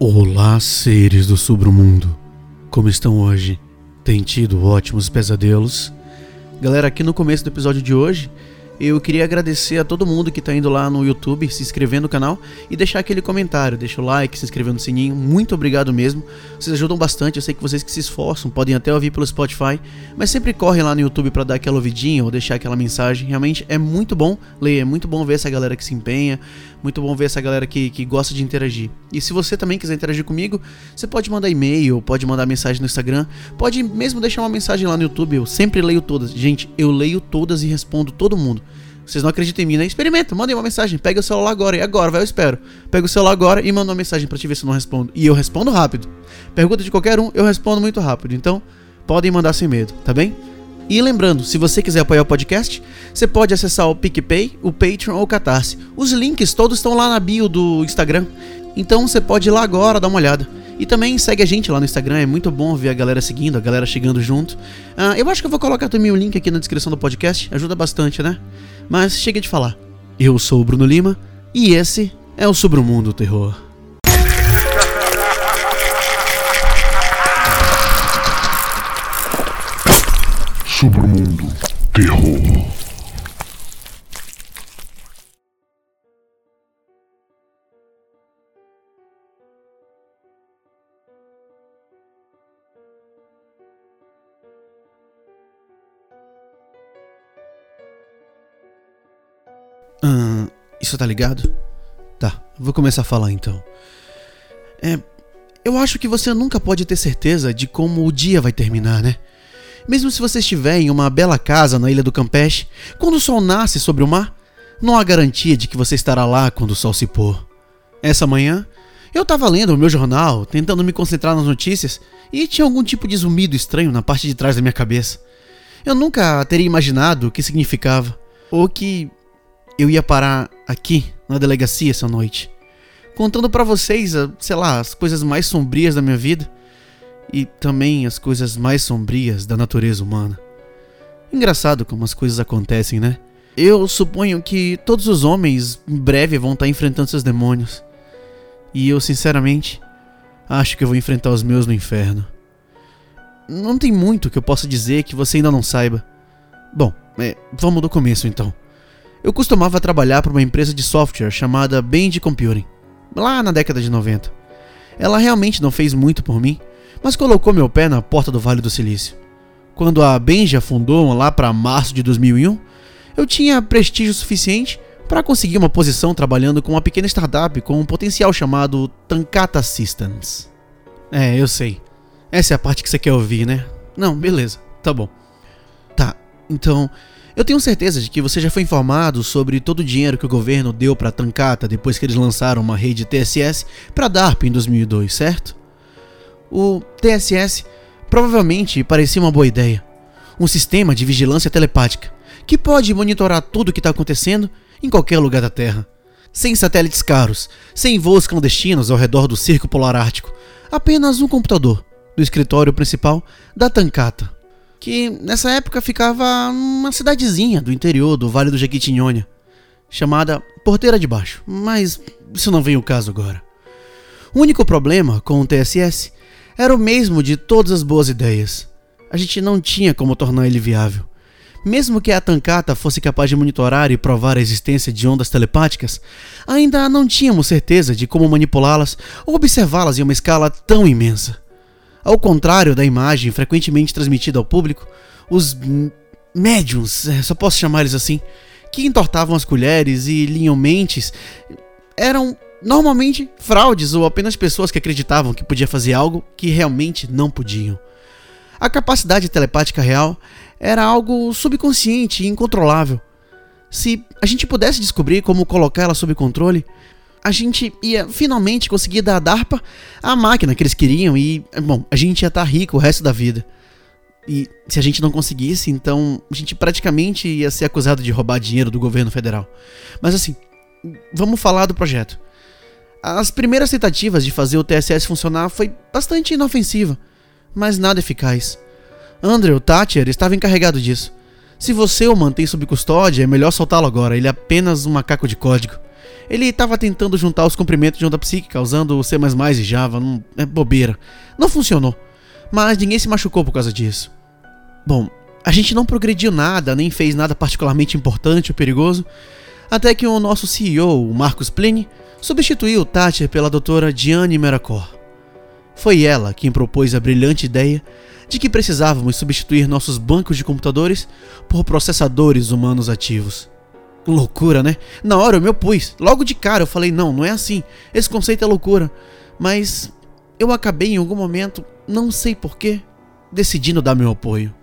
Olá, seres do submundo. Como estão hoje? Tem tido ótimos pesadelos? Galera, aqui no começo do episódio de hoje, eu queria agradecer a todo mundo que tá indo lá no YouTube, se inscrever no canal e deixar aquele comentário, deixa o like, se inscrever no sininho. Muito obrigado mesmo, vocês ajudam bastante. Eu sei que vocês que se esforçam podem até ouvir pelo Spotify, mas sempre correm lá no YouTube pra dar aquela ouvidinha ou deixar aquela mensagem. Realmente é muito bom ler, é muito bom ver essa galera que se empenha, muito bom ver essa galera que gosta de interagir. E se você também quiser interagir comigo, você pode mandar e-mail, pode mandar mensagem no Instagram, pode mesmo deixar uma mensagem lá no YouTube. Eu sempre leio todas. Gente, eu leio todas e respondo todo mundo. Vocês não acreditam em mim, né? Experimenta, mandem uma mensagem, pega o celular agora, e agora, vai, eu espero. Pega o celular agora e manda uma mensagem pra te ver se eu não respondo. E eu respondo rápido. Pergunta de qualquer um, eu respondo muito rápido. Então, podem mandar sem medo, tá bem? E lembrando, se você quiser apoiar o podcast, você pode acessar o PicPay, o Patreon ou o Catarse. Os links todos estão lá na bio do Instagram. Então você pode ir lá agora, dar uma olhada. E também segue a gente lá no Instagram, é muito bom ver a galera seguindo, a galera chegando junto. Eu acho que eu vou colocar também o link aqui na descrição do podcast, ajuda bastante, né? Mas chega de falar. Eu sou o Bruno Lima e esse é o Submundo Terror. Submundo Terror. Isso tá ligado? Tá, vou começar a falar então. Eu acho que você nunca pode ter certeza de como o dia vai terminar, né? Mesmo se você estiver em uma bela casa na ilha do Campeche, quando o sol nasce sobre o mar, não há garantia de que você estará lá quando o sol se pôr. Essa manhã, eu tava lendo o meu jornal, tentando me concentrar nas notícias, e tinha algum tipo de zumbido estranho na parte de trás da minha cabeça. Eu nunca teria imaginado o que significava, ou que eu ia parar aqui, na delegacia essa noite, contando pra vocês, sei lá, as coisas mais sombrias da minha vida e também as coisas mais sombrias da natureza humana. Engraçado como as coisas acontecem, né? Eu suponho que todos os homens em breve vão estar enfrentando seus demônios. E eu, sinceramente, acho que eu vou enfrentar os meus no inferno. Não tem muito que eu possa dizer que você ainda não saiba. Bom, vamos do começo então. Eu costumava trabalhar para uma empresa de software chamada Band Computing, lá na década de 90. Ela realmente não fez muito por mim, mas colocou meu pé na porta do Vale do Silício. Quando a Band afundou lá para março de 2001, eu tinha prestígio suficiente para conseguir uma posição trabalhando com uma pequena startup com um potencial chamado Tankata Systems. Eu sei. Essa é a parte que você quer ouvir, né? Não, beleza, tá bom. Tá, então, eu tenho certeza de que você já foi informado sobre todo o dinheiro que o governo deu para a Tankata depois que eles lançaram uma rede TSS para a DARPA em 2002, certo? O TSS provavelmente parecia uma boa ideia. Um sistema de vigilância telepática que pode monitorar tudo o que está acontecendo em qualquer lugar da Terra. Sem satélites caros, sem voos clandestinos ao redor do Circo Polar Ártico. Apenas um computador do escritório principal da Tankata, que nessa época ficava numa cidadezinha do interior do Vale do Jequitinhonha, chamada Porteira de Baixo, mas isso não vem ao caso agora. O único problema com o TSS era o mesmo de todas as boas ideias. A gente não tinha como tornar ele viável. Mesmo que a Tankata fosse capaz de monitorar e provar a existência de ondas telepáticas, ainda não tínhamos certeza de como manipulá-las ou observá-las em uma escala tão imensa. Ao contrário da imagem frequentemente transmitida ao público, os médiums, só posso chamar eles assim, que entortavam as colheres e liam mentes, eram normalmente fraudes ou apenas pessoas que acreditavam que podia fazer algo que realmente não podiam. A capacidade telepática real era algo subconsciente e incontrolável. Se a gente pudesse descobrir como colocá-la sob controle, a gente ia finalmente conseguir dar a DARPA a máquina que eles queriam e, bom, a gente ia estar rico o resto da vida. E se a gente não conseguisse, então a gente praticamente ia ser acusado de roubar dinheiro do governo federal. Mas assim, vamos falar do projeto. As primeiras tentativas de fazer o TSS funcionar foi bastante inofensiva, mas nada eficaz. Andrew Thatcher estava encarregado disso. Se você o mantém sob custódia, é melhor soltá-lo agora, ele é apenas um macaco de código. Ele estava tentando juntar os comprimentos de onda psíquica usando C++ e Java, é bobeira. Não funcionou, mas ninguém se machucou por causa disso. Bom, a gente não progrediu nada, nem fez nada particularmente importante ou perigoso, até que o nosso CEO, o Marcus Pliny, substituiu o Thatcher pela doutora Diane Meracor. Foi ela quem propôs a brilhante ideia de que precisávamos substituir nossos bancos de computadores por processadores humanos ativos. Loucura, né? Na hora eu me opus. Logo de cara eu falei, não é assim. Esse conceito é loucura. Mas eu acabei em algum momento, não sei porquê, decidindo dar meu apoio.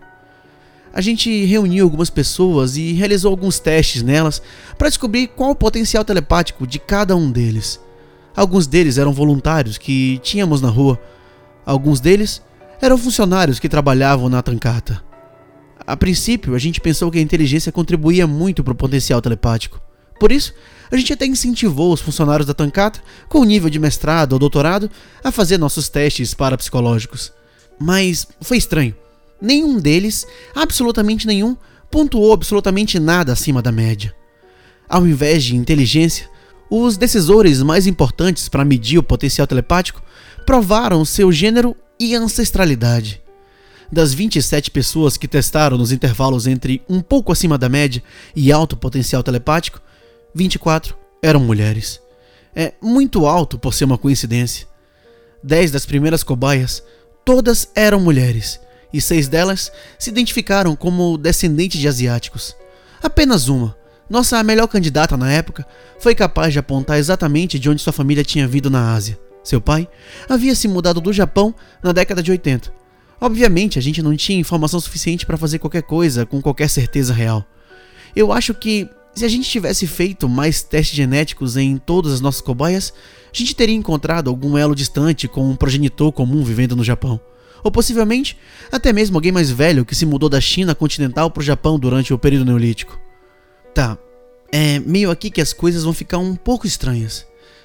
A gente reuniu algumas pessoas e realizou alguns testes nelas para descobrir qual o potencial telepático de cada um deles. Alguns deles eram voluntários que tínhamos na rua. Alguns deles eram funcionários que trabalhavam na Tankata. A princípio, a gente pensou que a inteligência contribuía muito para o potencial telepático. Por isso, a gente até incentivou os funcionários da Tankata, com nível de mestrado ou doutorado, a fazer nossos testes parapsicológicos. Mas foi estranho. Nenhum deles, absolutamente nenhum, pontuou absolutamente nada acima da média. Ao invés de inteligência, os decisores mais importantes para medir o potencial telepático provaram seu gênero e ancestralidade. Das 27 pessoas que testaram nos intervalos entre um pouco acima da média e alto potencial telepático, 24 eram mulheres. É muito alto por ser uma coincidência. 10 das primeiras cobaias, todas eram mulheres, e 6 delas se identificaram como descendentes de asiáticos. Apenas uma, nossa melhor candidata na época, foi capaz de apontar exatamente de onde sua família tinha vindo na Ásia. Seu pai havia se mudado do Japão na década de 80. Obviamente, a gente não tinha informação suficiente para fazer qualquer coisa com qualquer certeza real. Eu acho que, se a gente tivesse feito mais testes genéticos em todas as nossas cobaias, a gente teria encontrado algum elo distante com um progenitor comum vivendo no Japão. Ou possivelmente, até mesmo alguém mais velho que se mudou da China continental para o Japão durante o período neolítico. Tá, é meio aqui que as coisas vão ficar um pouco estranhas.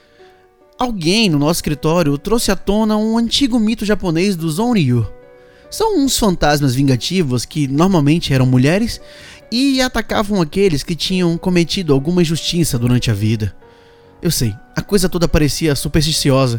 Alguém no nosso escritório trouxe à tona um antigo mito japonês dos Onryu. São uns fantasmas vingativos que normalmente eram mulheres e atacavam aqueles que tinham cometido alguma injustiça durante a vida. Eu sei, a coisa toda parecia supersticiosa,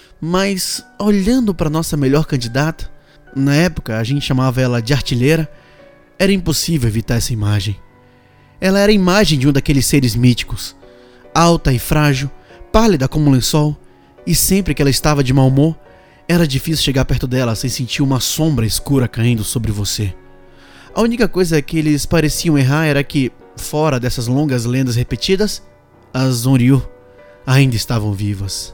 mas olhando para nossa melhor candidata, na época a gente chamava ela de artilheira, era impossível evitar essa imagem. Ela era a imagem de um daqueles seres míticos, alta e frágil, pálida como um lençol, e sempre que ela estava de mau humor, era difícil chegar perto dela sem sentir uma sombra escura caindo sobre você. A única coisa que eles pareciam errar era que, fora dessas longas lendas repetidas, as Onryu ainda estavam vivas.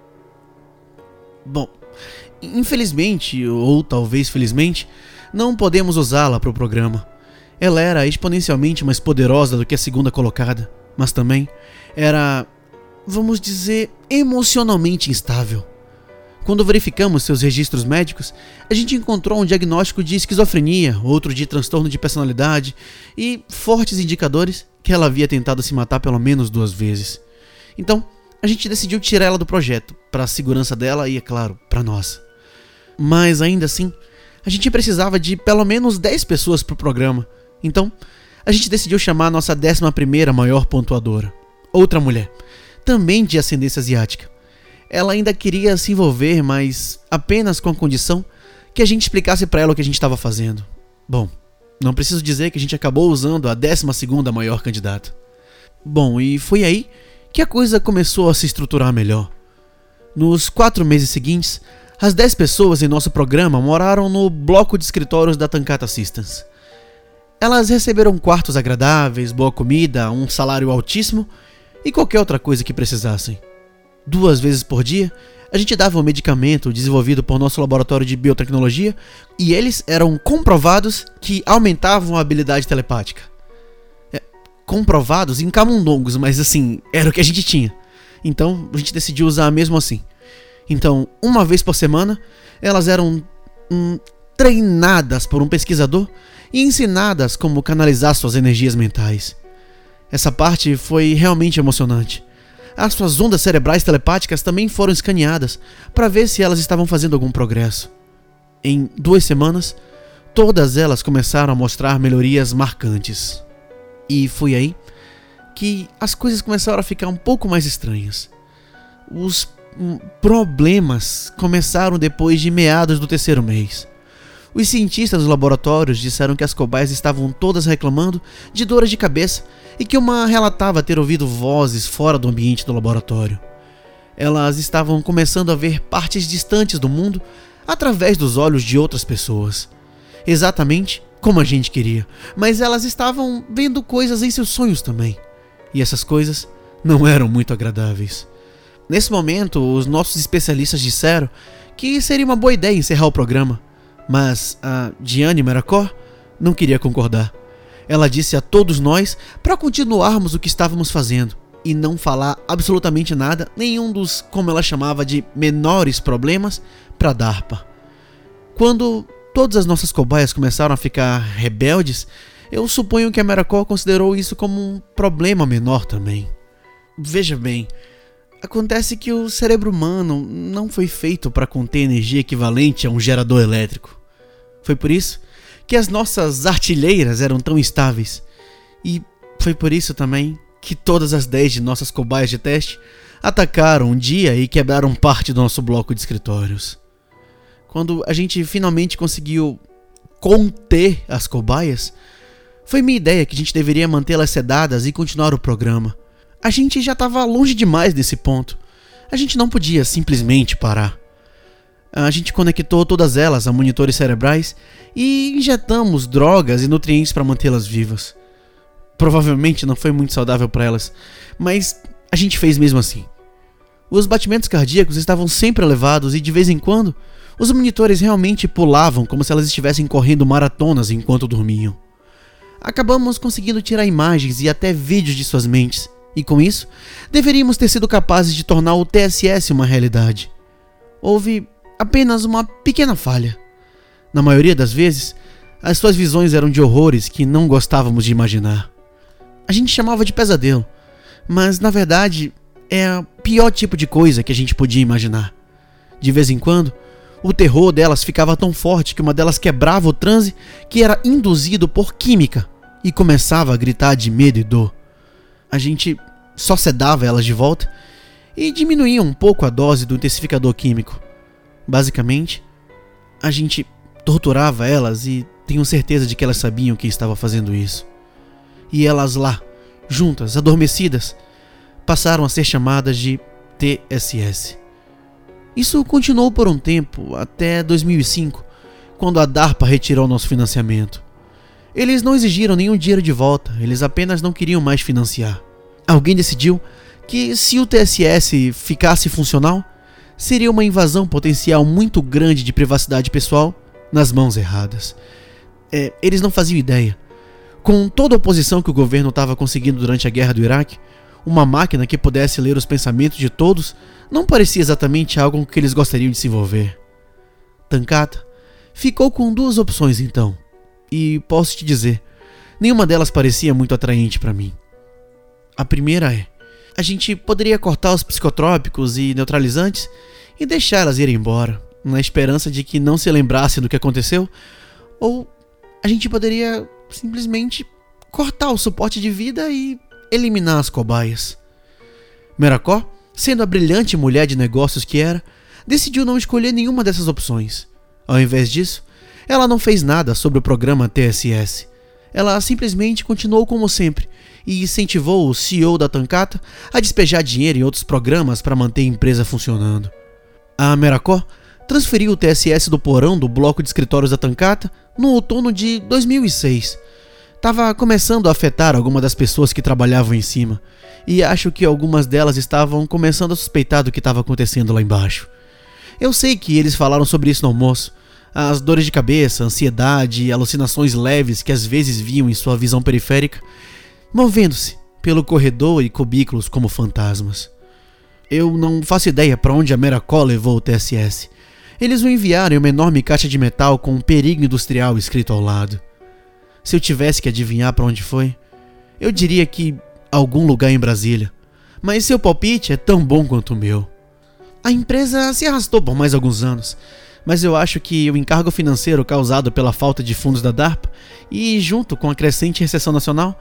Bom, infelizmente, ou talvez felizmente, não podemos usá-la para o programa. Ela era exponencialmente mais poderosa do que a segunda colocada, mas também era, vamos dizer, emocionalmente instável. Quando verificamos seus registros médicos, a gente encontrou um diagnóstico de esquizofrenia, outro de transtorno de personalidade e fortes indicadores que ela havia tentado se matar pelo menos 2 vezes. Então, a gente decidiu tirar ela do projeto, para a segurança dela e, é claro, para nossa. Mas ainda assim, a gente precisava de pelo menos 10 pessoas para o programa. Então, a gente decidiu chamar a nossa 11ª maior pontuadora, outra mulher, também de ascendência asiática. Ela ainda queria se envolver, mas apenas com a condição que a gente explicasse para ela o que a gente estava fazendo. Bom, não preciso dizer que a gente acabou usando a 12ª maior candidata. Bom, e foi aí que a coisa começou a se estruturar melhor. Nos 4 meses seguintes, as 10 pessoas em nosso programa moraram no bloco de escritórios da Tankata Systems. Elas receberam quartos agradáveis, boa comida, um salário altíssimo e qualquer outra coisa que precisassem. 2 vezes por dia, a gente dava um medicamento desenvolvido por nosso laboratório de biotecnologia e eles eram comprovados que aumentavam a habilidade telepática. Comprovados em camundongos, mas assim, era o que a gente tinha. Então, a gente decidiu usar mesmo assim. Então, 1 vez por semana, elas eram treinadas por um pesquisador e ensinadas como canalizar suas energias mentais. Essa parte foi realmente emocionante. As suas ondas cerebrais telepáticas também foram escaneadas para ver se elas estavam fazendo algum progresso. Em 2 semanas, todas elas começaram a mostrar melhorias marcantes. E foi aí que as coisas começaram a ficar um pouco mais estranhas. Os problemas começaram depois de meados do 3º mês. Os cientistas dos laboratórios disseram que as cobaias estavam todas reclamando de dores de cabeça e que uma relatava ter ouvido vozes fora do ambiente do laboratório. Elas estavam começando a ver partes distantes do mundo através dos olhos de outras pessoas. Exatamente como a gente queria, mas elas estavam vendo coisas em seus sonhos também. E essas coisas não eram muito agradáveis. Nesse momento, os nossos especialistas disseram que seria uma boa ideia encerrar o programa, mas a Diane Meracor não queria concordar. Ela disse a todos nós para continuarmos o que estávamos fazendo e não falar absolutamente nada, nenhum dos, como ela chamava, de menores problemas para a DARPA. Quando todas as nossas cobaias começaram a ficar rebeldes, eu suponho que a Meracor considerou isso como um problema menor também. Veja bem, acontece que o cérebro humano não foi feito para conter energia equivalente a um gerador elétrico. Foi por isso que as nossas artilheiras eram tão estáveis. E foi por isso também que todas as 10 de nossas cobaias de teste atacaram um dia e quebraram parte do nosso bloco de escritórios. Quando a gente finalmente conseguiu conter as cobaias, foi minha ideia que a gente deveria mantê-las sedadas e continuar o programa. A gente já estava longe demais desse ponto. A gente não podia simplesmente parar. A gente conectou todas elas a monitores cerebrais e injetamos drogas e nutrientes para mantê-las vivas. Provavelmente não foi muito saudável para elas, mas a gente fez mesmo assim. Os batimentos cardíacos estavam sempre elevados e de vez em quando os monitores realmente pulavam como se elas estivessem correndo maratonas enquanto dormiam. Acabamos conseguindo tirar imagens e até vídeos de suas mentes, e com isso, deveríamos ter sido capazes de tornar o TSS uma realidade. Houve apenas uma pequena falha. Na maioria das vezes, as suas visões eram de horrores que não gostávamos de imaginar. A gente chamava de pesadelo, mas na verdade é o pior tipo de coisa que a gente podia imaginar. De vez em quando, o terror delas ficava tão forte que uma delas quebrava o transe que era induzido por química e começava a gritar de medo e dor. A gente só sedava elas de volta e diminuía um pouco a dose do intensificador químico. Basicamente, a gente torturava elas e tenho certeza de que elas sabiam que estava fazendo isso. E elas lá, juntas, adormecidas, passaram a ser chamadas de TSS. Isso continuou por um tempo, até 2005, quando a DARPA retirou nosso financiamento. Eles não exigiram nenhum dinheiro de volta, eles apenas não queriam mais financiar. Alguém decidiu que se o TSS ficasse funcional, seria uma invasão potencial muito grande de privacidade pessoal nas mãos erradas. Eles não faziam ideia. Com toda a oposição que o governo estava conseguindo durante a guerra do Iraque, uma máquina que pudesse ler os pensamentos de todos não parecia exatamente algo com que eles gostariam de se envolver. Tankata ficou com 2 opções então, e posso te dizer, nenhuma delas parecia muito atraente para mim. A primeira é: a gente poderia cortar os psicotrópicos e neutralizantes e deixar elas irem embora, na esperança de que não se lembrassem do que aconteceu, ou a gente poderia simplesmente cortar o suporte de vida e eliminar as cobaias. Meracor, sendo a brilhante mulher de negócios que era, decidiu não escolher nenhuma dessas opções. Ao invés disso, ela não fez nada sobre o programa TSS. Ela simplesmente continuou como sempre e incentivou o CEO da Tankata a despejar dinheiro em outros programas para manter a empresa funcionando. A Meracor transferiu o TSS do porão do bloco de escritórios da Tankata no outono de 2006. Estava começando a afetar algumas das pessoas que trabalhavam em cima, e acho que algumas delas estavam começando a suspeitar do que estava acontecendo lá embaixo. Eu sei que eles falaram sobre isso no almoço, as dores de cabeça, ansiedade e alucinações leves que às vezes viam em sua visão periférica, movendo-se pelo corredor e cubículos como fantasmas. Eu não faço ideia para onde a Meracor levou o TSS. Eles o enviaram em uma enorme caixa de metal com um perigo industrial escrito ao lado. Se eu tivesse que adivinhar para onde foi, eu diria que algum lugar em Brasília, mas seu palpite é tão bom quanto o meu. A empresa se arrastou por mais alguns anos, mas eu acho que o encargo financeiro causado pela falta de fundos da DARPA e junto com a crescente recessão nacional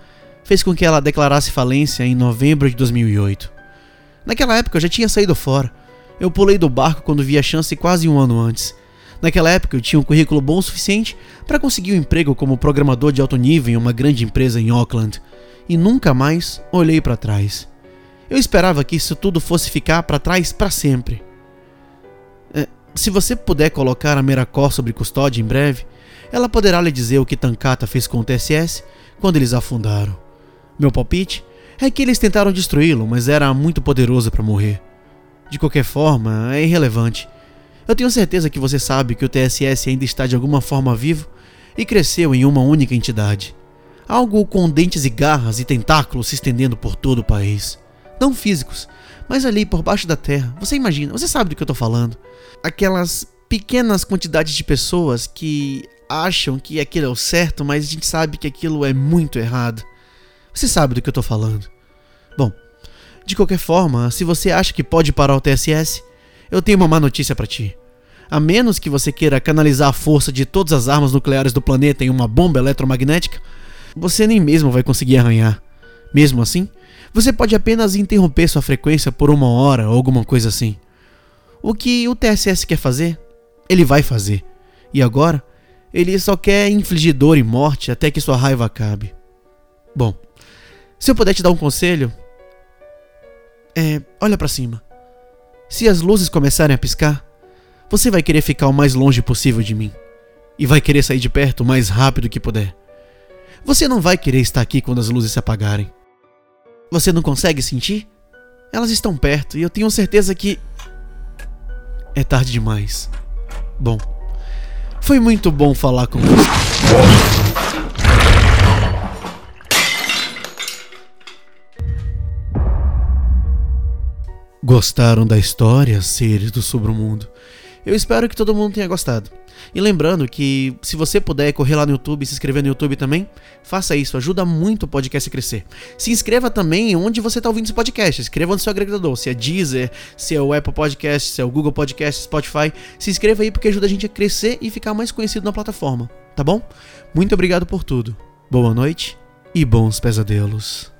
fez com que ela declarasse falência em novembro de 2008. Naquela época eu já tinha saído fora. Eu pulei do barco quando vi a chance quase um ano antes. Naquela época eu tinha um currículo bom o suficiente para conseguir um emprego como programador de alto nível em uma grande empresa em Auckland. E nunca mais olhei para trás. Eu esperava que isso tudo fosse ficar para trás para sempre. Se você puder colocar a Meracor sobre custódia em breve, ela poderá lhe dizer o que Tankata fez com o TSS quando eles afundaram. Meu palpite é que eles tentaram destruí-lo, mas era muito poderoso para morrer. De qualquer forma, é irrelevante. Eu tenho certeza que você sabe que o TSS ainda está de alguma forma vivo e cresceu em uma única entidade. Algo com dentes e garras e tentáculos se estendendo por todo o país. Não físicos, mas ali por baixo da terra. Você imagina, você sabe do que eu tô falando. Aquelas pequenas quantidades de pessoas que acham que aquilo é o certo, mas a gente sabe que aquilo é muito errado. Você sabe do que eu tô falando. Bom, de qualquer forma, se você acha que pode parar o TSS, eu tenho uma má notícia pra ti. A menos que você queira canalizar a força de todas as armas nucleares do planeta em uma bomba eletromagnética, você nem mesmo vai conseguir arranhar. Mesmo assim, você pode apenas interromper sua frequência por 1 hora ou alguma coisa assim. O que o TSS quer fazer, ele vai fazer. E agora, ele só quer infligir dor e morte até que sua raiva acabe. Bom, se eu puder te dar um conselho, olha pra cima. Se as luzes começarem a piscar, você vai querer ficar o mais longe possível de mim. E vai querer sair de perto o mais rápido que puder. Você não vai querer estar aqui quando as luzes se apagarem. Você não consegue sentir? Elas estão perto e eu tenho certeza que... é tarde demais. Bom, foi muito bom falar com você. Gostaram da história, seres do submundo? Eu espero que todo mundo tenha gostado. E lembrando que, se você puder correr lá no YouTube e se inscrever no YouTube também, faça isso, ajuda muito o podcast a crescer. Se inscreva também onde você está ouvindo esse podcast, inscreva no seu agregador, se é Deezer, se é o Apple Podcast, se é o Google Podcast, Spotify, se inscreva aí porque ajuda a gente a crescer e ficar mais conhecido na plataforma, tá bom? Muito obrigado por tudo, boa noite e bons pesadelos.